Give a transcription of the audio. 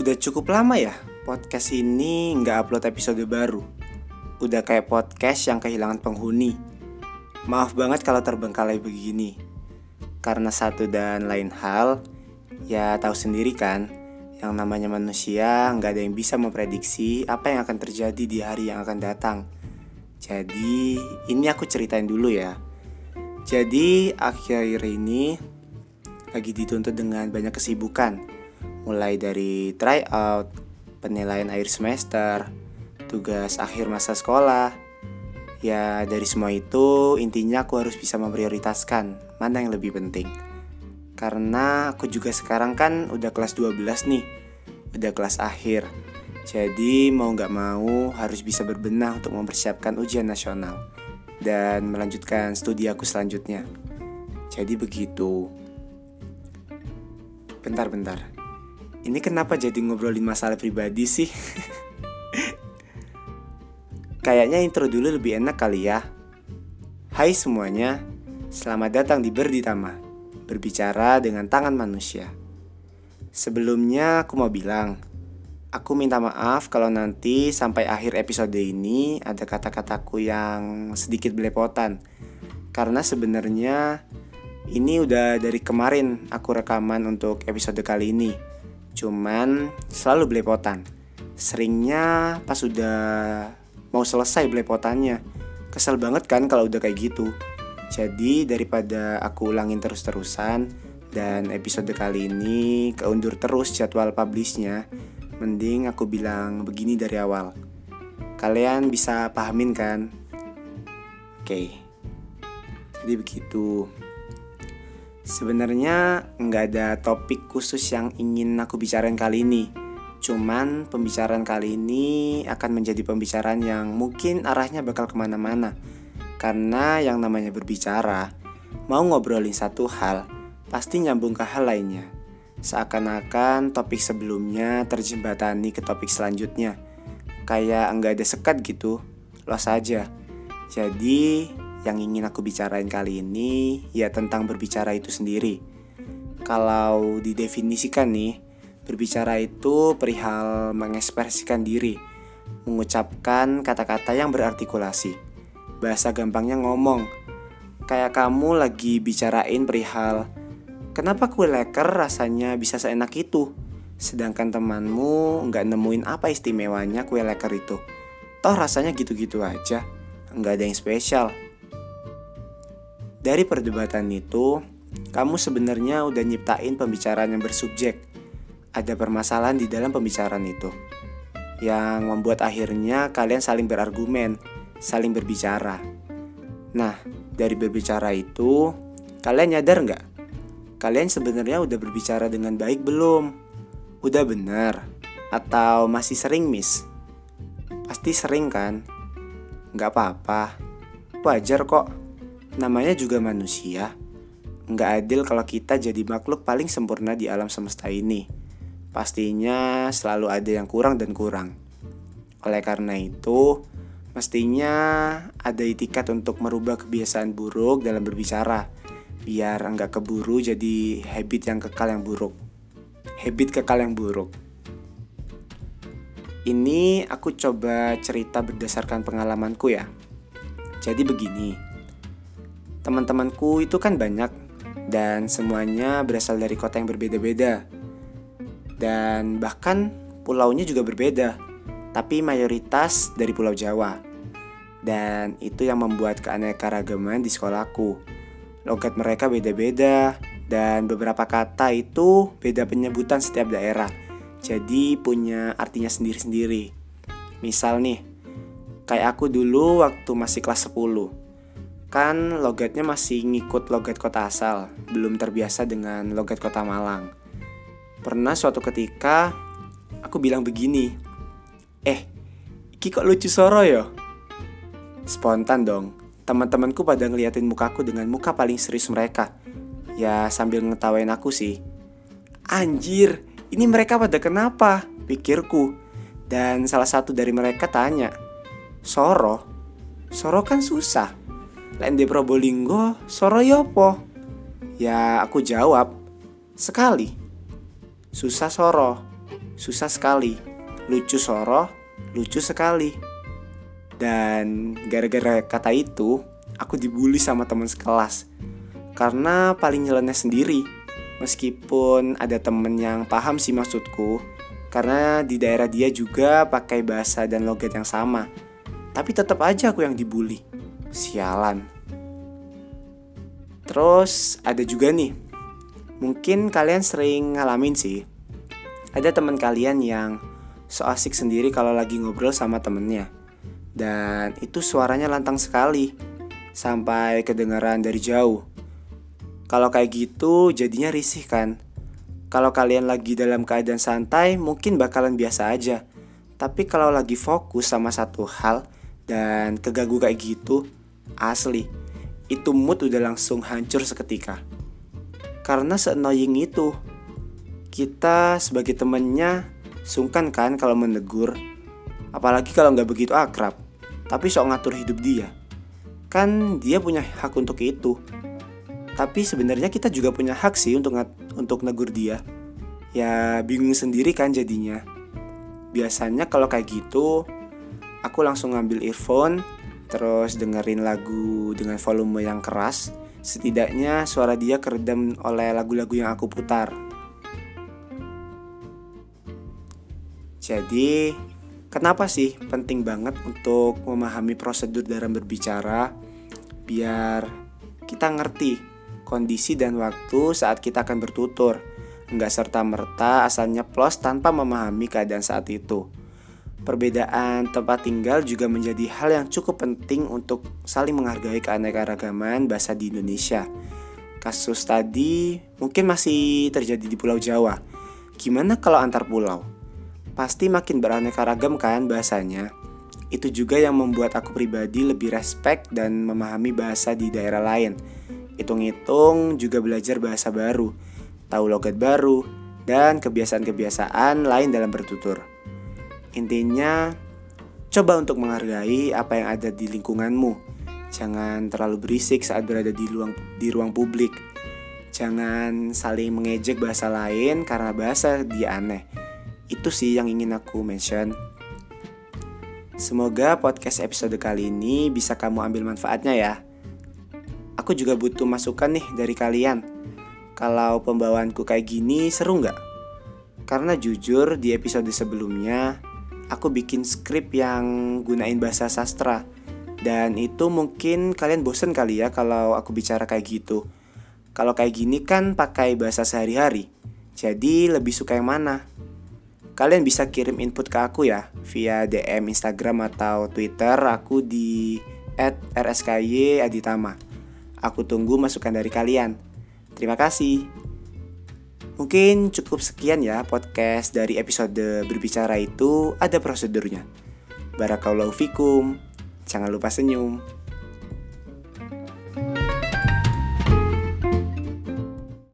Udah cukup lama ya podcast ini nggak upload episode baru. Udah kayak podcast yang kehilangan penghuni. Maaf banget kalau terbengkalai begini. Karena satu dan lain hal, ya tahu sendiri kan, yang namanya manusia nggak ada yang bisa memprediksi apa yang akan terjadi di hari yang akan datang. Jadi ini aku ceritain dulu ya. Jadi akhir ini lagi dituntut dengan banyak kesibukan. Mulai dari tryout, penilaian akhir semester, tugas akhir masa sekolah. Ya dari semua itu intinya aku harus bisa memprioritaskan mana yang lebih penting. Karena aku juga sekarang kan udah kelas 12 nih, udah kelas akhir. Jadi mau gak mau harus bisa berbenah untuk mempersiapkan ujian nasional dan melanjutkan studi aku selanjutnya. Jadi begitu. Bentar. Ini kenapa jadi ngobrolin masalah pribadi sih? Kayaknya intro dulu lebih enak kali ya. Hai semuanya, selamat datang di Berditama, berbicara dengan tangan manusia. Sebelumnya aku mau bilang, aku minta maaf kalau nanti sampai akhir episode ini ada kata-kataku yang sedikit belepotan. Karena sebenarnya ini udah dari kemarin aku rekaman untuk episode kali ini. Cuman selalu belepotan. Seringnya pas udah mau selesai belepotannya. Kesel banget kan kalau udah kayak gitu. Jadi daripada aku ulangin terus-terusan dan episode kali ini keundur terus jadwal publishnya, mending aku bilang begini dari awal. Kalian bisa pahamin kan? Oke. Jadi begitu. Sebenarnya nggak ada topik khusus yang ingin aku bicarain kali ini. Cuman pembicaraan kali ini akan menjadi pembicaraan yang mungkin arahnya bakal kemana-mana. Karena yang namanya berbicara, mau ngobrolin satu hal, pasti nyambung ke hal lainnya. Seakan-akan topik sebelumnya terjembatani ke topik selanjutnya. Kayak nggak ada sekat gitu, los aja. Jadi yang ingin aku bicarain kali ini ya tentang berbicara itu sendiri. Kalau didefinisikan nih, berbicara itu perihal mengekspresikan diri, mengucapkan kata-kata yang berartikulasi. Bahasa gampangnya ngomong. Kayak kamu lagi bicarain perihal kenapa kue leker rasanya bisa seenak itu, sedangkan temanmu gak nemuin apa istimewanya kue leker itu. Toh rasanya gitu-gitu aja, gak ada yang spesial. Dari perdebatan itu, kamu sebenarnya udah nyiptain pembicaraan yang bersubjek. Ada permasalahan di dalam pembicaraan itu yang membuat akhirnya kalian saling berargumen, saling berbicara. Nah, dari berbicara itu, kalian nyadar gak? Kalian sebenarnya udah berbicara dengan baik belum? Udah benar? Atau masih sering miss? Pasti sering kan? Gak apa-apa, wajar kok. Namanya juga manusia. Nggak adil kalau kita jadi makhluk paling sempurna di alam semesta ini. Pastinya selalu ada yang kurang dan kurang. Oleh karena itu, mestinya ada itikat untuk merubah kebiasaan buruk dalam berbicara, biar nggak keburu jadi habit yang kekal yang buruk. Habit kekal yang buruk. Ini aku coba cerita berdasarkan pengalamanku ya. Jadi begini. Teman-temanku itu kan banyak dan semuanya berasal dari kota yang berbeda-beda. Dan bahkan pulaunya juga berbeda, tapi mayoritas dari Pulau Jawa. Dan itu yang membuat keanekaragaman di sekolahku. Logat mereka beda-beda dan beberapa kata itu beda penyebutan setiap daerah. Jadi punya artinya sendiri-sendiri. Misal nih, kayak aku dulu waktu masih kelas 10. Kan logatnya masih ngikut logat kota asal, belum terbiasa dengan logat kota Malang. Pernah suatu ketika aku bilang begini, iki kok lucu soro yo? Spontan dong, teman-temanku pada ngeliatin mukaku dengan muka paling serius mereka. Ya sambil ngetawain aku sih. Anjir, ini mereka pada kenapa? Pikirku. Dan salah satu dari mereka tanya, Soro kan susah. Lain di Probolinggo, soro yopo? Ya aku jawab, sekali. Susah soro. susah sekali. Lucu soroh, lucu sekali. Dan gara-gara kata itu, aku dibully sama teman sekelas. Karena paling nyeleneh sendiri. Meskipun ada temen yang paham sih maksudku, karena di daerah dia juga pakai bahasa dan logat yang sama. Tapi tetap aja aku yang dibully. Sialan. Terus ada juga nih, mungkin kalian sering ngalamin sih, ada teman kalian yang so asik sendiri kalau lagi ngobrol sama temennya. Dan itu suaranya lantang sekali, sampai kedengaran dari jauh. Kalau kayak gitu jadinya risih kan. Kalau kalian lagi dalam keadaan santai mungkin bakalan biasa aja. Tapi kalau lagi fokus sama satu hal dan keganggu kayak gitu, asli itu mood udah langsung hancur seketika. Karena se-annoying itu, kita sebagai temennya sungkan kan kalau menegur. Apalagi kalau gak begitu akrab, tapi sok ngatur hidup dia. Kan dia punya hak untuk itu. Tapi sebenarnya kita juga punya hak sih untuk negur dia. Ya bingung sendiri kan jadinya. Biasanya kalau kayak gitu, aku langsung ngambil earphone, terus dengerin lagu dengan volume yang keras. Setidaknya suara dia keredam oleh lagu-lagu yang aku putar. Jadi, kenapa sih penting banget untuk memahami prosedur dalam berbicara, biar kita ngerti kondisi dan waktu saat kita akan bertutur, nggak serta-merta asal nyeplos tanpa memahami keadaan saat itu. Perbedaan tempat tinggal juga menjadi hal yang cukup penting untuk saling menghargai keanekaragaman bahasa di Indonesia. Kasus tadi mungkin masih terjadi di Pulau Jawa. Gimana kalau antar pulau? Pasti makin beraneka ragam kan bahasanya. Itu juga yang membuat aku pribadi lebih respect dan memahami bahasa di daerah lain. Hitung-hitung juga belajar bahasa baru, tahu logat baru, dan kebiasaan-kebiasaan lain dalam bertutur. Intinya, coba untuk menghargai apa yang ada di lingkunganmu. Jangan terlalu berisik saat berada di ruang publik. Jangan saling mengejek bahasa lain karena bahasa dia aneh. Itu sih yang ingin aku mention. Semoga podcast episode kali ini bisa kamu ambil manfaatnya ya. Aku juga butuh masukan nih dari kalian. Kalau pembawaanku kayak gini seru gak? Karena jujur di episode sebelumnya aku bikin skrip yang gunain bahasa sastra. Dan itu mungkin kalian bosen kali ya kalau aku bicara kayak gitu. Kalau kayak gini kan pakai bahasa sehari-hari. Jadi lebih suka yang mana? Kalian bisa kirim input ke aku ya via DM Instagram atau Twitter aku di @rsky_aditama. Aku tunggu masukan dari kalian. Terima kasih. Mungkin cukup sekian ya podcast dari episode berbicara itu ada prosedurnya. Barakallahu fikum. Jangan lupa senyum.